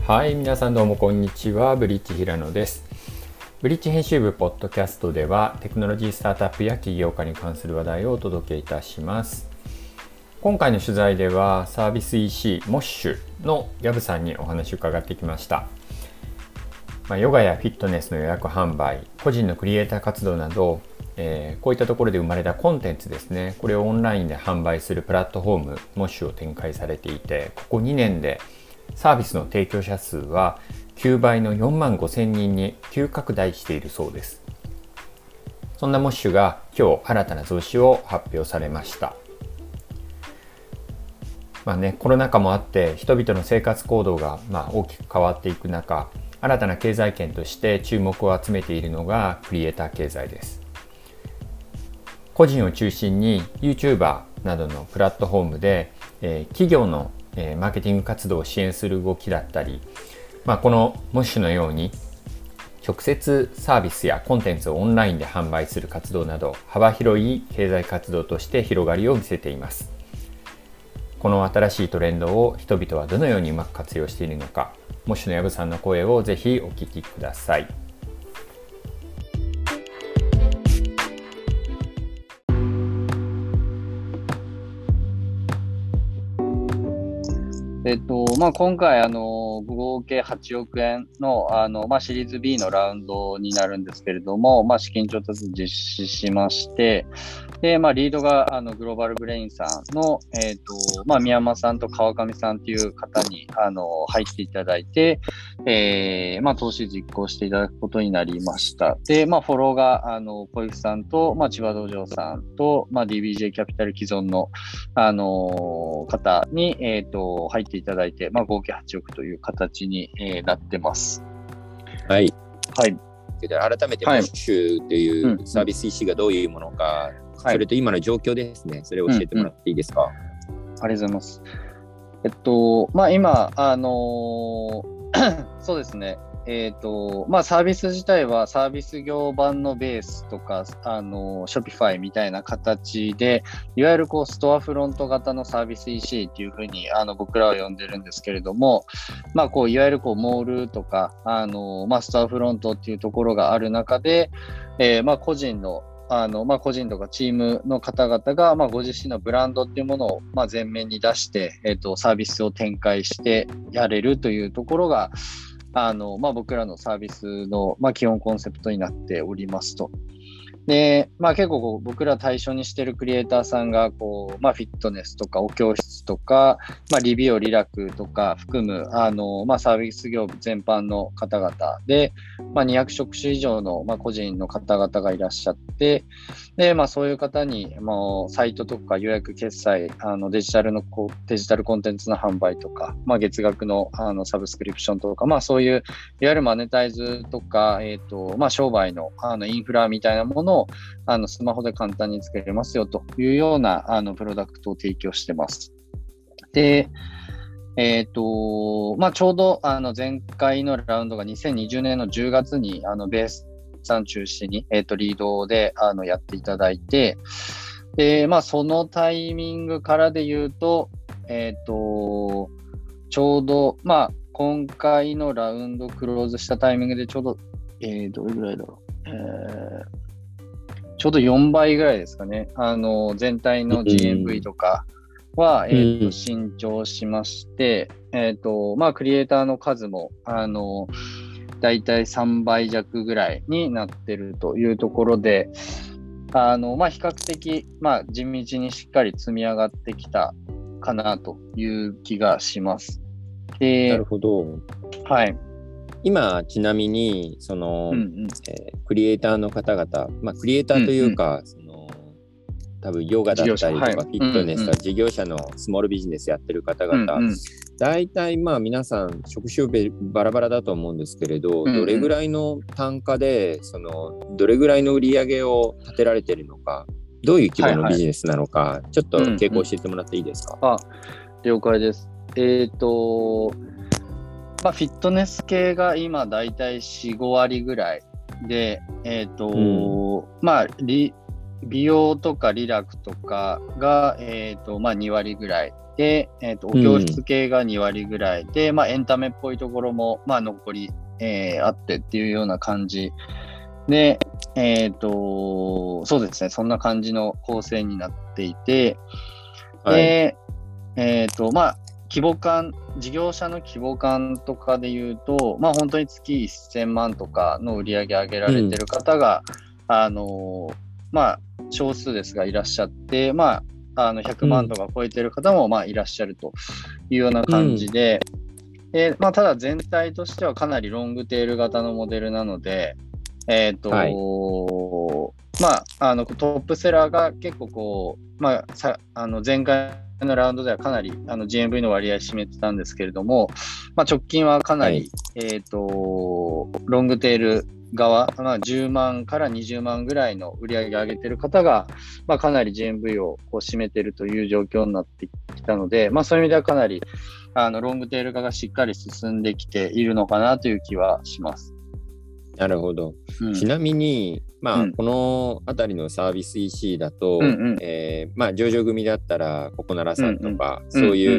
はい、皆さんどうもこんにちは。ブリッジ平野です。ブリッジ編集部ポッドキャストではテクノロジースタートアップや起業家に関する話題をお届けいたします。今回の取材ではサービス EC モッシュのヤブさんにお話を伺ってきました。ヨガやフィットネスの予約販売、個人のクリエイター活動など、こういったところで生まれたコンテンツですね、これをオンラインで販売するプラットフォームモッシュを展開されていて、ここ2年でサービスの提供者数は9倍の4万5千人に急拡大しているそうです。そんなモッシュが今日新たな増資を発表されました。コロナ禍もあって人々の生活行動が大きく変わっていく中、新たな経済圏として注目を集めているのがクリエイター経済です。個人を中心に YouTuber などのプラットフォームで、企業のマーケティング活動を支援する動きだったり、このモッシュのように直接サービスやコンテンツをオンラインで販売する活動など幅広い経済活動として広がりを見せています。この新しいトレンドを人々はどのようにうまく活用しているのか、モッシュのヤブさんの声をぜひお聞きください。 今回、合計8億円の、シリーズ B のラウンドになるんですけれども、資金調達実施しまして、で、リードが、グローバルブレインさんの、宮山さんと川上さんという方に、入っていただいて、投資実行していただくことになりました。で、フォローが、小雪さんと、千葉道場さんと、DBJ キャピタル既存の、方に、入っていただいて、合計8億という形に、なってます。 はい。 はい。 改めて、モッシュというサービス EC がどういうものか、それと今の状況ですね、それを教えてもらっていいですか？ ありがとうございます。今、そうですね。サービス自体はサービス業版のベースとか、Shopify みたいな形で、いわゆるストアフロント型のサービス EC っていうふうに僕らは呼んでるんですけれども、いわゆるモールとか、ストアフロントっていうところがある中で、個人の個人とかチームの方々が、ご自身のブランドっていうものを、前面に出して、サービスを展開してやれるというところが、僕らのサービスの、基本コンセプトになっておりますと。で、結構僕ら対象にしているクリエイターさんがフィットネスとかお教室とか、リビオリラクとか含むサービス業全般の方々で、200職種以上の個人の方々がいらっしゃって、で、そういう方にサイトとか予約決済、デジタルコンテンツの販売とか、月額のサブスクリプションとか、そういういわゆるマネタイズとか、商売のインフラみたいなものをスマホで簡単に作れますよというようなプロダクトを提供してます。で、ちょうど前回のラウンドが2020年の10月にベースさん中心にリードでやっていただいて、で、そのタイミングからで言うと、ちょうど今回のラウンドクローズしたタイミングでちょうどどれぐらいだろう。ちょうど4倍ぐらいですかね。全体の GMV とかは、伸長しまして、クリエイターの数も、だいたい3倍弱ぐらいになってるというところで、比較的、地道にしっかり積み上がってきたかなという気がします。 なるほど。 はい。 今ちなみにクリエイターの方々、クリエイターというか、多分ヨガだったりとか、フィットネスとか、事業者のスモールビジネスやってる方々、大体皆さん職種バラバラだと思うんですけれど、どれぐらいの単価でどれぐらいの売り上げを立てられているのか、どういう規模のビジネスなのか、ちょっと傾向教えてもらっていいですか？ 了解です。フィットネス系が今だいたい4、5割ぐらいで、美容とかリラクとかが、2割ぐらいで、お教室系が2割ぐらいで、エンタメっぽいところも、残り、あってっていうような感じで、そうですね、そんな感じの構成になっていて、で、規模感、事業者の規模感とかで言うと、本当に月1000万とかの売り上げ上げられてる方が、少数ですがいらっしゃって、100万とか超えてる方もいらっしゃるというような感じで、ただ全体としてはかなりロングテール型のモデルなので、トップセラーが結構前回のラウンドではかなりGMV の割合占めてたんですけれども、直近はかなり、ロングテール側、10万から20万ぐらいの売り上げを上げている方が、かなり GMV を占めているという状況になってきたので、そういう意味ではかなりロングテール化がしっかり進んできているのかなという気はします。 なるほど。ちなみに、このあたりのサービス EC だと、上場組だったらココナラさんとか、そういう、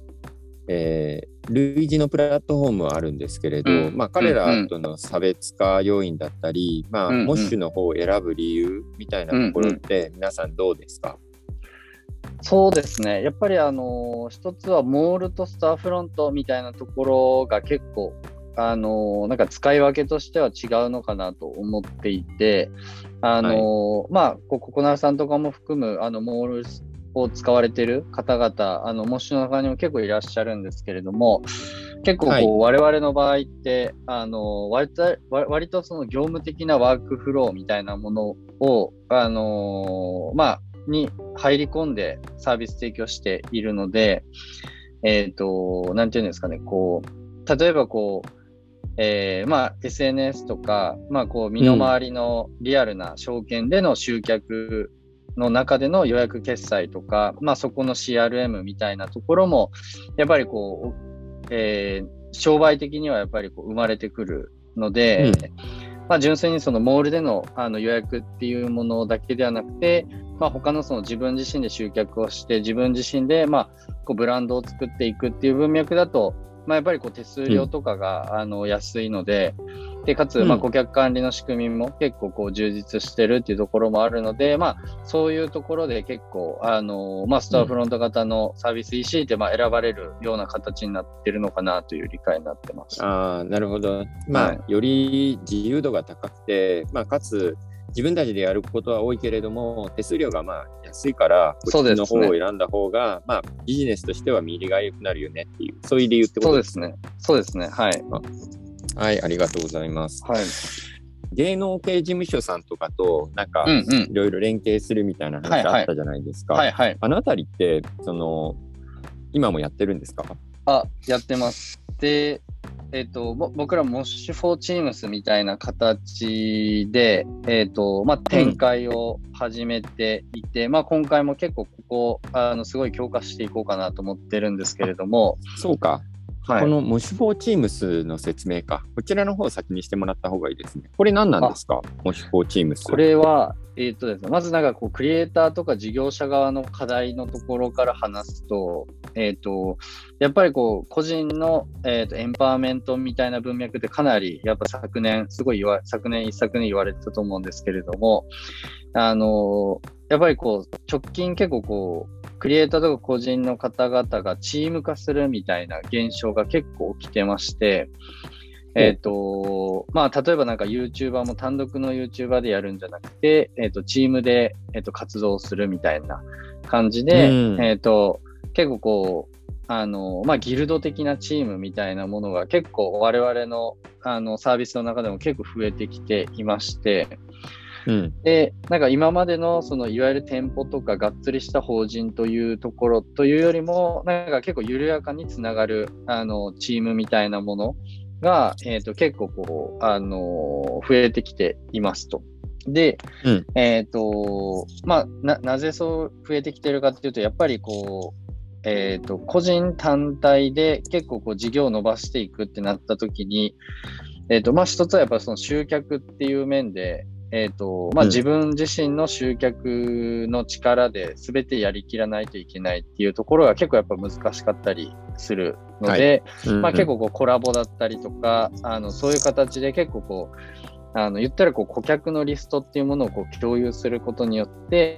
類似のプラットフォームはあるんですけれど、彼らとの差別化要因だったり、モッシュの方を選ぶ理由みたいなところって皆さんどうですか？ そうですね。やっぱり一つはモールとストアフロントみたいなところが結構なんか使い分けとしては違うのかなと思っていて、ココナラさんとかも含むモールを使われている方々、モッシュの中にも結構いらっしゃるんですけれども、結構我々の場合って、割とその業務的なワークフローみたいなものを、に入り込んでサービス提供しているので、なんていうんですかね、例えばSNS とか、身の回りのリアルな証券での集客の中での予約決済とか、そこの CRM みたいなところも、やっぱり商売的にはやっぱり生まれてくるので、純粋にそのモールでの予約っていうものだけではなくて、他のその自分自身で集客をして、自分自身でブランドを作っていくっていう文脈だと、やっぱり手数料とかが、安いので、かつ顧客管理の仕組みも結構充実してるっていうところもあるので、そういうところで結構ストアフロント型のサービス EC って選ばれるような形になってるのかなという理解になってます。 なるほど。より自由度が高くて、かつ自分たちでやることは多いけれども、手数料が安いから、こっちの方を選んだ方が、ビジネスとしては見が良くなるよねっていう、そういう理由ってことですね。 そうですね。はい。 はい、ありがとうございます。 はい。 芸能系事務所さんとかと、なんか、いろいろ連携するみたいな話あったじゃないですか。あのあたりって、今もやってるんですか？ やってます。で、僕らモッシュフォーチームスみたいな形で、展開を始めていて、今回も結構ここ、すごい強化していこうかなと思ってるんですけれども。 そうか。このモッシュフォーチームスの説明か。こちらの方を先にしてもらった方がいいですね。これ何なんですか？モッシュフォーチームス。 これは、ですね、まずクリエイターとか事業者側の課題のところから話すと、やっぱり個人の、エンパワーメントみたいな文脈でかなり、やっぱ昨年一昨年言われてたと思うんですけれども、やっぱり直近結構クリエイターとか個人の方々がチーム化するみたいな現象が結構起きてまして、例えばYouTuber も単独の YouTuber でやるんじゃなくて、チームで、活動するみたいな感じで、結構ギルド的なチームみたいなものが結構我々の、サービスの中でも結構増えてきていまして、で、今までのいわゆる店舗とかがっつりした法人というところというよりも、結構緩やかにつながる、チームみたいなものが、結構増えてきていますと。で、なぜそう増えてきてるかっていうと、やっぱり個人単体で結構事業を伸ばしていくってなった時に、一つはやっぱりその集客っていう面で、 自分自身の集客の力で全てやりきらないといけないっていうところが結構やっぱ難しかったりするので、結構こうコラボだったりとか、そういう形で結構こう、言ったらこう顧客のリストっていうものをこう共有することによって、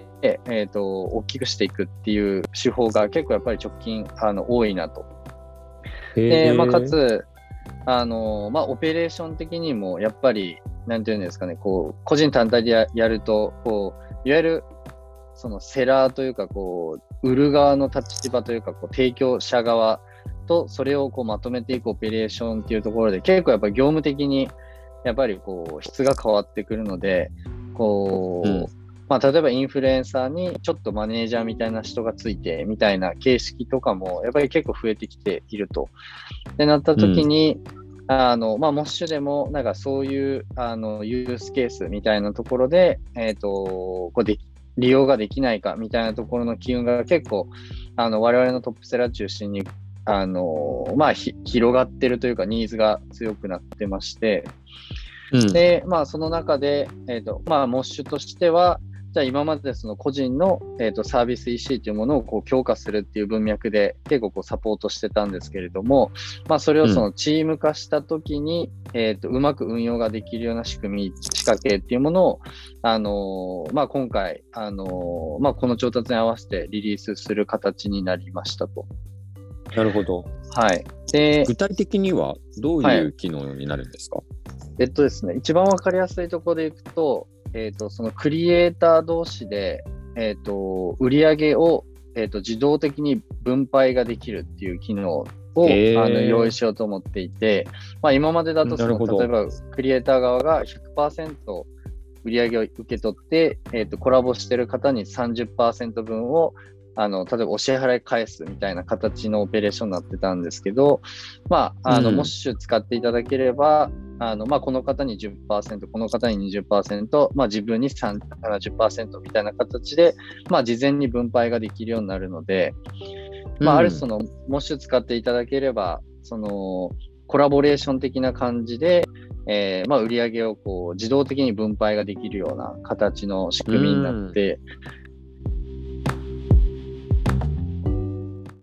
大きくしていくっていう手法が結構やっぱり直近多いなと。で、かつ、オペレーション的にもやっぱりなんていうんですかね、こう個人単体で やるとこういわゆるそのセラーというかこう売る側の立場というかこう提供者側とそれをこうまとめていくオペレーションっていうところで結構やっぱり業務的にやっぱりこう質が変わってくるのでこう、例えばインフルエンサーにちょっとマネージャーみたいな人がついてみたいな形式とかもやっぱり結構増えてきていると。でなった時に、モッシュでもなんかそういうユースケースみたいなところで、こう利用ができないかみたいなところの機運が結構我々のトップセラー中心に広がってるというかニーズが強くなってまして、でその中で、モッシュとしてはじゃあ今までその個人の、サービス EC というものをこう強化するっていう文脈で結構こうサポートしてたんですけれども、それをそのチーム化したときに、うまく運用ができるような仕組み、仕掛けっていうものを、今回、この調達に合わせてリリースする形になりましたと。 なるほど。 はい。で、 具体的にはどういう機能になるんですか？ ですね、一番わかりやすいところでいくと、そのクリエイター同士で、売り上げを、自動的に分配ができるっていう機能を用意しようと思っていて、今までだと例えばクリエイター側が 100% 売り上げを受け取って、コラボしてる方に 30% 分を例えばお支払い返すみたいな形のオペレーションになってたんですけど、モッシュ使っていただければ、この方に 10%、この方に 20%、自分に70% みたいな形で、事前に分配ができるようになるので、あるその、モッシュ使っていただければ、その、コラボレーション的な感じで、売り上げをこう自動的に分配ができるような形の仕組みになって、